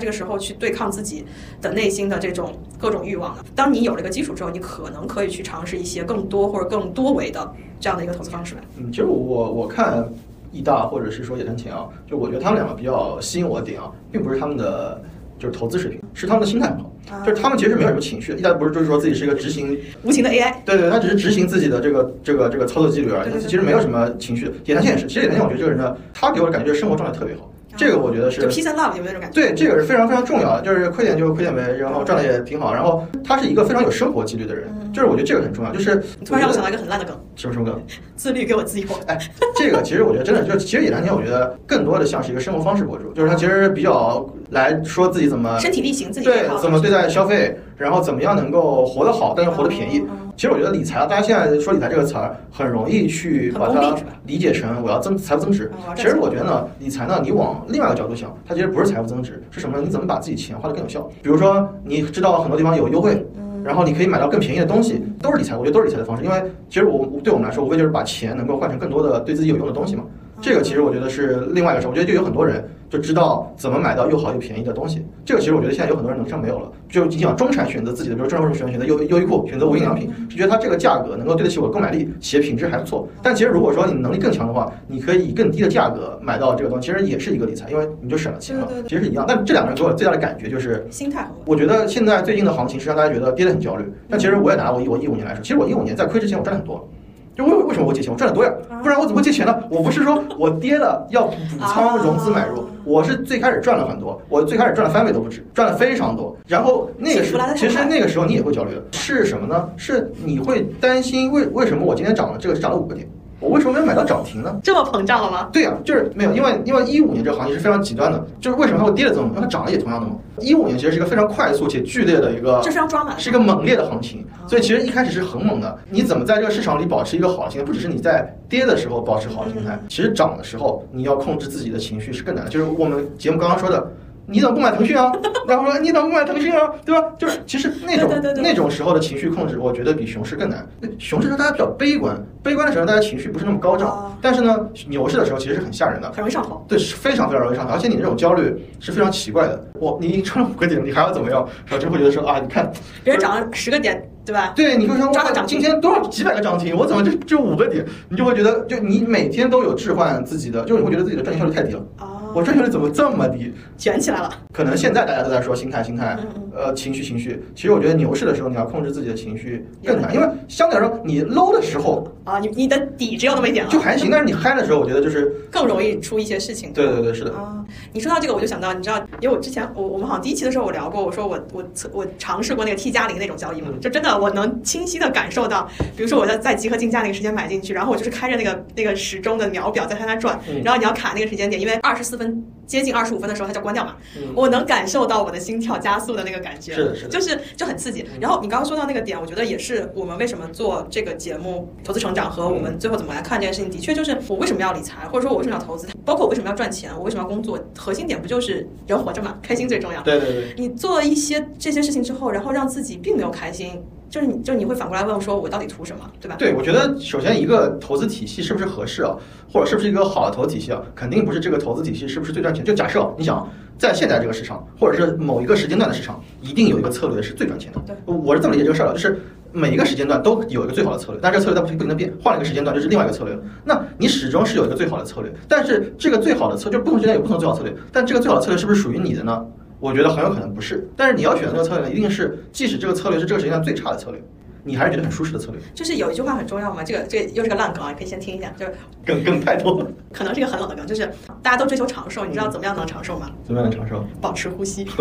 这个时候去对抗自己的内心的这种各种欲望呢？当你有了一个基础之后，你可能可以去尝试一些更多或者更多维的这样的一个投资方式。 嗯，其实我我看易大或者是说野谈钱啊，就我觉得他们两个比较吸引我的点啊，并不是他们的就是投资水平，是他们的心态很好。就是他们其实没有什么情绪，易大不是就是说自己是一个执行无情的 A I， 对对，他只是执行自己的这个这个这个操作纪律而已，他其实没有什么情绪。野谈钱也是，其实野谈钱我觉得这个人呢，他给我的感觉就是生活状态特别好。这个我觉得是就 peace and love 有没有那种感觉？ 对，这个是非常非常重要的，就是亏点就亏点呗，然后赚的也挺好。然后他是一个非常有生活纪律的人，嗯、就是我觉得这个很重要。就是突然让我想到一个很烂的梗， 什么什么梗？ 自律给我自由。 哎，这个其实我觉得真的就其实野谈钱，我觉得更多的像是一个生活方式博主，就是他其实比较来说自己怎么身体力行，自己对怎么对待消费，然后怎么样能够活得好，但是活得便宜。嗯嗯、其实我觉得理财啊，大家现在说理财这个词儿，很容易去把它理解成我要增财富增值。嗯、其实我觉得呢，理财呢，你往另外一个角度想。它其实不是财富增值，是什么呢？你怎么把自己钱花得更有效？比如说，你知道很多地方有优惠，然后你可以买到更便宜的东西，都是理财。我觉得都是理财的方式，因为其实我对我们来说，无非就是把钱能够换成更多的对自己有用的东西嘛。这个其实我觉得是另外一个事，我觉得就有很多人就知道怎么买到又好又便宜的东西。这个其实我觉得现在有很多人能力上没有了，就你想中产选择自己的，比如中产选选择优优衣库，选择无印良品，是觉得它这个价格能够对得起我的购买力，且品质还不错。但其实如果说你能力更强的话，你可以以更低的价格买到这个东西，其实也是一个理财，因为你就省了钱了，其实是一样。但这两个人给我最大的感觉就是心态很稳。 我觉得现在最近的行情是让大家觉得跌得很焦虑，但其实我也拿我我一五年来说，其实我一五年在亏之前我赚了很多。就为为什么我借钱？我赚的多呀，不然我怎么会借钱呢？我不是说我跌了要补仓融资买入，我是最开始赚了很多，我最开始赚了翻倍都不止，赚了非常多。然后那个时候，其实那个时候你也会焦虑的，是什么呢？是你会担心为为什么我今天涨了这个涨了五个点，我为什么没有买到涨停呢？ 这么膨胀了吗？ 对呀、啊，就是没有，因为因为一五年这个行业是非常极端的，就是为什么它会跌了这么猛？因为它涨了也同样的猛。一五年其实是一个非常快速且剧烈的一个， 这非常抓马， 是一个猛烈的行情，所以其实一开始是很猛的。你怎么在这个市场里保持一个好的心态？不只是你在跌的时候保持好的心态，其实涨的时候你要控制自己的情绪是更难的。就是我们节目刚刚说的。你怎么不买腾讯啊？然后说你怎么不买腾讯啊？对吧？就是其实那种对对对对那种时候的情绪控制，我觉得比熊市更难。熊市的时候大家比较悲观，悲观的时候大家情绪不是那么高涨， 哦、 但是呢，牛市的时候其实是很吓人的， 很容易上头。 对，是非常非常容易上头，而且你这种焦虑是非常奇怪的。我你赚了五个点，你还要怎么样？然后就会觉得说啊，你看别人涨了十个点。对吧？ 对，你会说抓个涨今天多少几百个涨停，我怎么就就五个点？你就会觉得，就你每天都有置换自己的，就是你会觉得自己的赚钱效率太低了。 哦， 我赚钱效率怎么这么低？ 卷起来了。 可能现在大家都在说心态，心态，呃，情绪，情绪。其实我觉得牛市的时候，你要控制自己的情绪更难，因为相对来说，你 low 的时候啊，你你的底只有那么一点了， 就还行。但是你嗨的时候，我觉得就是更容易出一些事情。 对对对，是的。 啊，你说到这个，我就想到，你知道，因为我之前我我们好像第一期的时候我聊过，我说我我我尝试过那个 T 加零那种交易嘛，就真的我能清晰的感受到，比如说我在在集合竞价那个时间买进去，然后我就是开着那个那个时钟的秒表在它那转，然后你要卡那个时间点，因为二十四分接近二十五分的时候它就关掉嘛，嗯、我能感受到我的心跳加速的那个感觉， 是的，是的， 就是就很刺激。然后你刚刚说到那个点，我觉得也是我们为什么做这个节目投资成长和我们最后怎么来看这件事情，的确就是我为什么要理财，或者说我为什么要投资，包括我为什么要赚钱，我为什么要工作，核心点不就是人活着嘛，开心最重要。 对对对， 你做了一些这些事情之后，然后让自己并没有开心。就是你，就你会反过来问说，我到底图什么，对吧？ 对，我觉得首先一个投资体系是不是合适啊，或者是不是一个好的投资体系啊，肯定不是这个投资体系是不是最赚钱。就假设你想在现在这个市场，或者是某一个时间段的市场，一定有一个策略是最赚钱的。 对， 我是这么理解这个事儿的，就是每一个时间段都有一个最好的策略，但这个策略它不不停的变，换了一个时间段就是另外一个策略了。那你始终是有一个最好的策略，但是这个最好的策略，就不同时间有不同的最好策略，但这个最好的策略是不是属于你的呢？我觉得很有可能不是。但是你要选的这个策略呢，一定是即使这个策略是这个时间段最差的策略。你还是觉得很舒适的策略，就是有一句话很重要嘛，这个这个又是个烂梗啊，可以先听一下，就是梗梗太多了， 可能是一个很冷的梗，就是大家都追求长寿，你知道怎么样能长寿吗？ 怎么样能长寿？ 保持呼吸。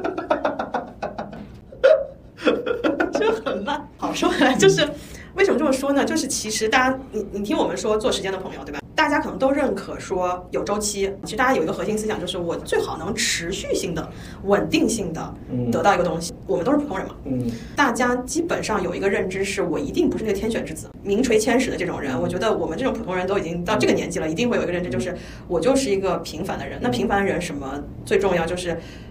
这很烂。好，说回来就是为什么这么说呢？就是其实大家你你听我们说做时间的朋友，对吧？大家可能都认可说有周期，其实大家有一个核心思想，就是我最好能持续性的、稳定性的得到一个东西。嗯、我们都是普通人嘛， 嗯， 大家基本上有一个认知，是我一定不是那个天选之子、名垂千史的这种人。我觉得我们这种普通人都已经到这个年纪了，一定会有一个认知，就是我就是一个平凡的人。那平凡的人什么最重要？就是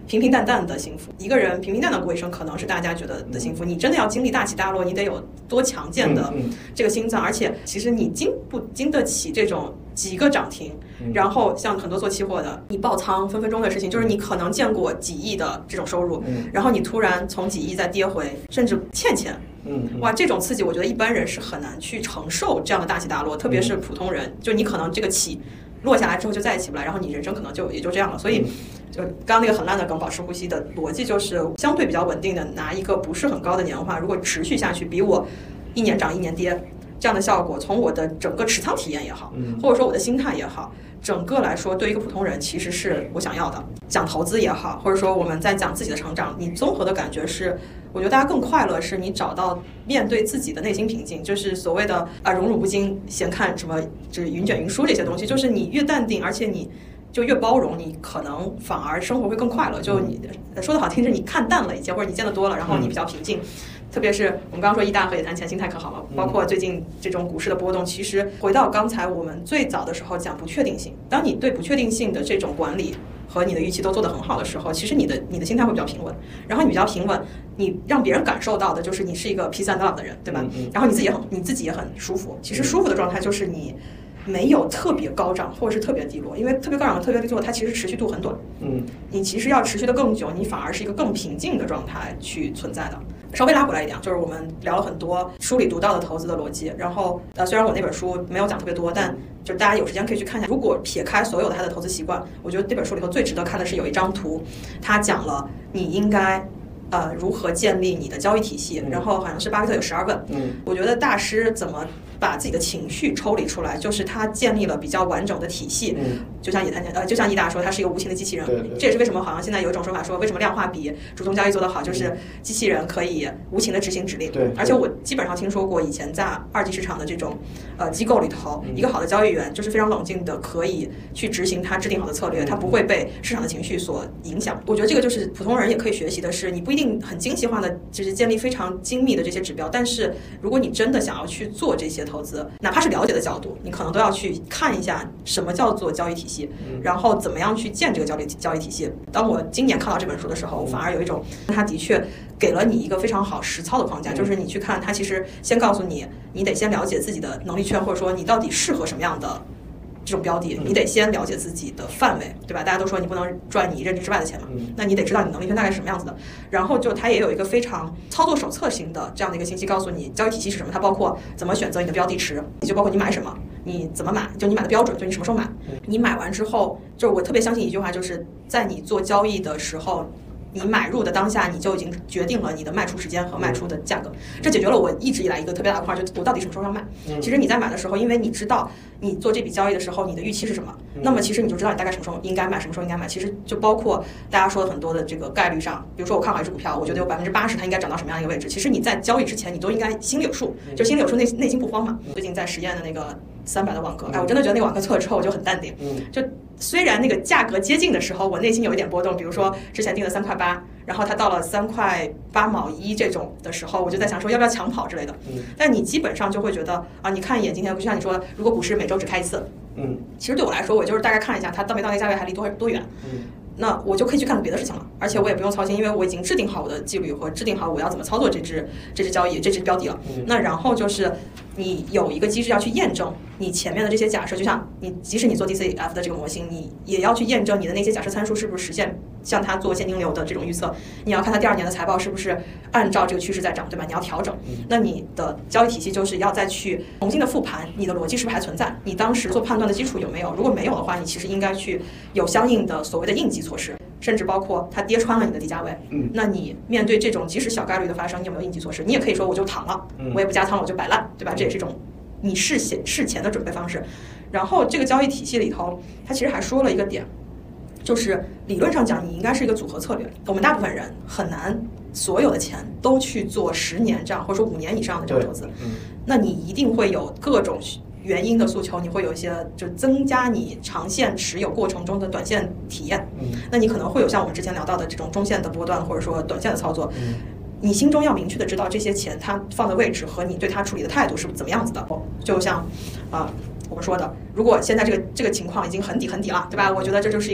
平平淡淡的幸福。一个人平平淡淡过一生，可能是大家觉得的幸福。你真的要经历大起大落，你得有多强健的这个心脏，而且其实你经不经得起这种几个涨停，然后像很多做期货的，你爆仓分分钟的事情，就是你可能见过几亿的这种收入，然后你突然从几亿再跌回，甚至欠钱。 嗯， 哇，这种刺激我觉得一般人是很难去承受这样的大起大落，特别是普通人，就你可能这个起落下来之后就再也起不来，然后你人生可能就也就这样了。所以就刚刚那个很烂的梗，保持呼吸的逻辑就是相对比较稳定的拿一个不是很高的年化，如果持续下去比我一年涨一年跌这样的效果，从我的整个持仓体验也好，或者说我的心态也好，整个来说对一个普通人其实是我想要的。讲投资也好，或者说我们在讲自己的成长，你综合的感觉是我觉得大家更快乐，是你找到面对自己的内心平静，就是所谓的啊荣辱不惊闲看什么就是云卷云舒这些东西，就是你越淡定，而且你就越包容，你可能反而生活会更快乐。就你说的好听是你看淡了一切，或者你见得多了，然后你比较平静。特别是我们刚刚说一大和也谈钱，心态可好了，包括最近这种股市的波动，其实回到刚才我们最早的时候讲不确定性，当你对不确定性的这种管理和你的预期都做得很好的时候，其实你的你的心态会比较平稳，然后你比较平稳，你让别人感受到的就是你是一个 peace and love 的人，对吧？然后你自己也很你自己也很舒服。其实舒服的状态就是你没有特别高涨或者是特别低落，因为特别高涨和特别低落它其实持续度很短，嗯，你其实要持续的更久，你反而是一个更平静的状态去存在的。稍微拉回来一点，就是我们聊了很多书里读到的投资的逻辑，然后呃，虽然我那本书没有讲特别多，但就是大家有时间可以去看一下。如果撇开所有的他的投资习惯，我觉得这本书里头最值得看的是有一张图，他讲了你应该呃如何建立你的交易体系，然后好像是巴菲特有十二问，嗯，我觉得大师怎么把自己的情绪抽离出来，就是他建立了比较完整的体系，嗯，就像也谈呃，就像易大说，他是一个无情的机器人，对对，这也是为什么好像现在有一种说法说，为什么量化比主动交易做得好，就是机器人可以无情的执行指令，对，而且我基本上听说过以前在二级市场的这种呃机构里头，一个好的交易员就是非常冷静的，可以去执行他制定好的策略，他不会被市场的情绪所影响。我觉得这个就是普通人也可以学习的是，你不一定很精细化的，就是建立非常精密的这些指标，但是如果你真的想要去做这些投资，哪怕是了解的角度，你可能都要去看一下什么叫做交易体系，然后怎么样去建这个交易交易体系。当我今年看到这本书的时候，反而有一种它的确给了你一个非常好实操的框架，就是你去看它，其实先告诉你，你得先了解自己的能力圈，或者说你到底适合什么样的这种标的，你得先了解自己的范围，对吧？大家都说你不能赚你认知之外的钱嘛，那你得知道你能力圈大概是什么样子的。然后就它也有一个非常操作手册型的这样的一个信息，告诉你交易体系是什么，它包括怎么选择你的标的池，也就包括你买什么，你怎么买，就你买的标准，就你什么时候买。你买完之后，就是我特别相信一句话，就是在你做交易的时候，你买入的当下，你就已经决定了你的卖出时间和卖出的价格，这解决了我一直以来一个特别大的块，就我到底什么时候要卖。其实你在买的时候，因为你知道你做这笔交易的时候你的预期是什么，那么其实你就知道你大概什么时候应该买，什么时候应该买。其实就包括大家说的很多的这个概率上，比如说我看好一只股票，我觉得有百分之八十它应该涨到什么样一个位置，其实你在交易之前你都应该心里有数，就心里有数，内内心不慌嘛。最近在实验的那个三百的网格，哎，我真的觉得那个网格测了之后我就很淡定，就虽然那个价格接近的时候我内心有一点波动，比如说之前定了三块八，然后它到了三块八毛一这种的时候，我就在想说要不要抢跑之类的。但你基本上就会觉得啊，你看一眼今天，就像你说，如果股市每周只开一次，嗯，其实对我来说，我就是大概看一下它到没到那个价位，还离多多远，嗯，那我就可以去干别的事情了，而且我也不用操心，因为我已经制定好我的纪律和制定好我要怎么操作这只这只交易这只标的了。嗯、那然后就是你有一个机制要去验证你前面的这些假设，就像你即使你做 D C F 的这个模型，你也要去验证你的那些假设参数是不是实现，像它做现金流的这种预测，你要看它第二年的财报是不是按照这个趋势在涨，对吧？你要调整，那你的交易体系就是要再去重新的复盘你的逻辑是不是还存在，你当时做判断的基础有没有，如果没有的话，你其实应该去有相应的所谓的应急措施，甚至包括它跌穿了你的低价位，嗯，那你面对这种即使小概率的发生，你有没有应急措施？你也可以说我就躺了，我也不加仓了，我就摆烂，对吧？这也是一种你事前事前的准备方式。然后这个交易体系里头，它其实还说了一个点，就是理论上讲，你应该是一个组合策略。我们大部分人很难所有的钱都去做十年这样，或者说五年以上的这个投资，嗯，那你一定会有各种原因的诉求，你会有一些就增加你长线持有过程中的短线体验，嗯，那你可能会有像我们之前聊到的这种中线的波段，或者说短线的操作，嗯，你心中要明确的知道这些钱它放的位置和你对它处理的态度是怎么样子的。就像啊、呃、我们说的，如果现在这个这个情况已经很底很底了，对吧？我觉得这就是一个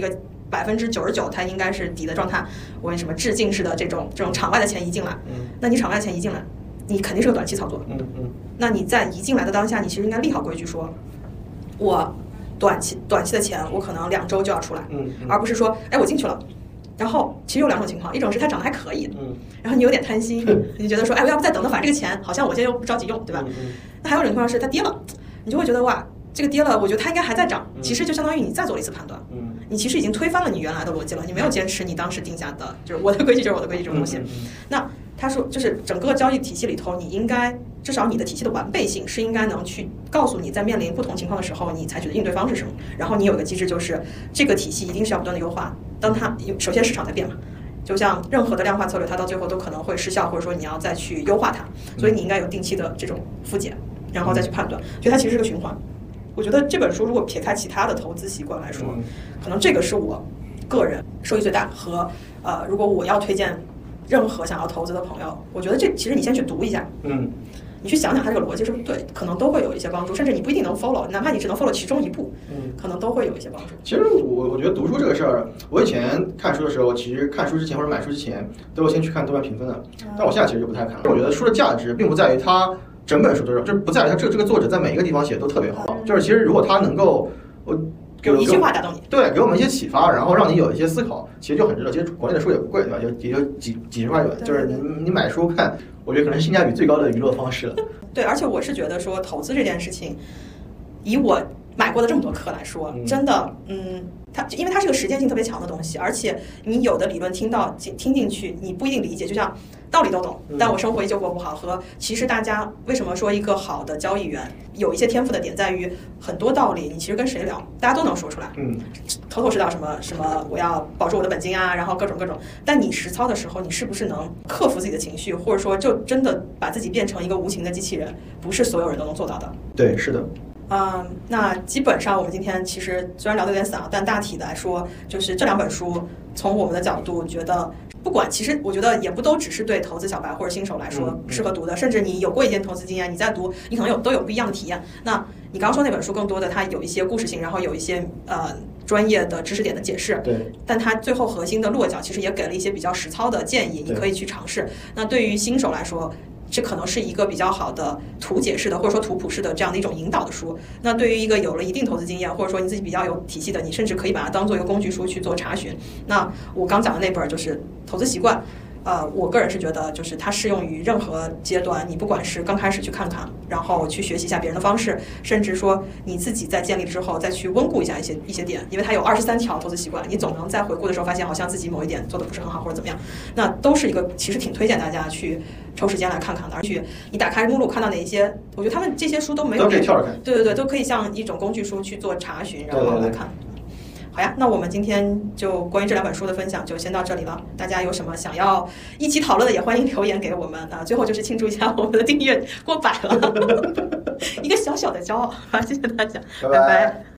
百分之九十九它应该是底的状态，我为什么致敬式的这种这种场外的钱移进来， 嗯， 那你场外的钱移进来，你肯定是个短期操作， 嗯嗯， 那你在移进来的当下，你其实应该立好规矩说，我短期短期的钱我可能两周就要出来， 嗯，嗯而不是说，哎，我进去了。然后其实有两种情况，一种是它涨得还可以， 嗯， 然后你有点贪心，你觉得说，哎，我要不再等等，反正这个钱好像我现在又不着急用，对吧？ 嗯嗯， 那还有一种情况是它跌了，你就会觉得哇，这个跌了，我觉得它应该还在涨，其实就相当于你再做了一次判断， 嗯， 你其实已经推翻了你原来的逻辑了，你没有坚持你当时定下的，就是我的规矩就是我的规矩这种东西。 嗯嗯嗯， 那他说，就是整个交易体系里头，你应该至少你的体系的完备性是应该能去告诉你在面临不同情况的时候，你采取的应对方式是什么。然后你有一个机制，就是这个体系一定是要不断的优化。当它首先市场在变嘛，就像任何的量化策略，它到最后都可能会失效，或者说你要再去优化它，所以你应该有定期的这种复检，然后再去判断。觉得它其实是个循环。我觉得这本书如果撇开其他的投资习惯来说，可能这个是我个人收益最大和呃，如果我要推荐任何想要投资的朋友，我觉得这其实你先去读一下， 嗯， 你去想想它这个逻辑是不是对，可能都会有一些帮助，甚至你不一定能 follow， 哪怕你只能 follow 其中一步， 嗯， 可能都会有一些帮助。 其实我我觉得读书这个事儿，我以前看书的时候，其实看书之前或者买书之前，都会先去看豆瓣评分的，但我现在其实就不太看了。我觉得书的价值并不在于它整本书都是，就是不在于它这个这个作者在每一个地方写的都特别好，就是其实如果他能够我。 有一句话打动你， 对，给我们一些启发，然后让你有一些思考，其实就很值得。其实国内的书也不贵，对吧？就也就几几十块一本，就是你你买书看，我觉得可能是性价比最高的娱乐方式了。 对，而且我是觉得说投资这件事情，以我买过的这么多课来说， 嗯、 真的，嗯，它因为它是个实践性特别强的东西，而且你有的理论听到听进去，你不一定理解，就像。道理都懂，但我生活依旧过不好。和其实大家为什么说一个好的交易员有一些天赋的点在于，很多道理你其实跟谁聊，大家都能说出来， 嗯， 头头是道，什么什么我要保住我的本金啊，然后各种各种。但你实操的时候，你是不是能克服自己的情绪，或者说就真的把自己变成一个无情的机器人？不是所有人都能做到的。 对，是的。 嗯，那基本上我们今天其实虽然聊得有点散，但大体来说，就是这两本书从我们的角度觉得。不管，其实我觉得也不都只是对投资小白或者新手来说适合读的，甚至你有过一点投资经验，你在读，你可能有都有不一样的体验。那你刚刚说那本书更多的它有一些故事性，然后有一些呃专业的知识点的解释， 对， 但它最后核心的落脚其实也给了一些比较实操的建议，你可以去尝试。那对于新手来说，这可能是一个比较好的图解式的，或者说图谱式的这样的一种引导的书。那对于一个有了一定投资经验，或者说你自己比较有体系的，你甚至可以把它当做一个工具书去做查询。那我刚讲的那本就是投资习惯，呃，我个人是觉得就是它适用于任何阶段，你不管是刚开始去看看，然后去学习一下别人的方式，甚至说你自己在建立之后再去温故一下一些一些点，因为它有二十三条投资习惯，你总能在回顾的时候发现好像自己某一点做的不是很好或者怎么样，那都是一个其实挺推荐大家去抽时间来看看的。而且你打开目录看到哪一些，我觉得他们这些书都没有， 都可以跳着看， 对对对，都可以像一种工具书去做查询，然后来看。对对对，好呀，那我们今天就关于这两本书的分享就先到这里了。大家有什么想要一起讨论的，也欢迎留言给我们啊。最后就是庆祝一下我们的订阅过百了，一个小小的骄傲。好，谢谢大家，拜拜。拜拜。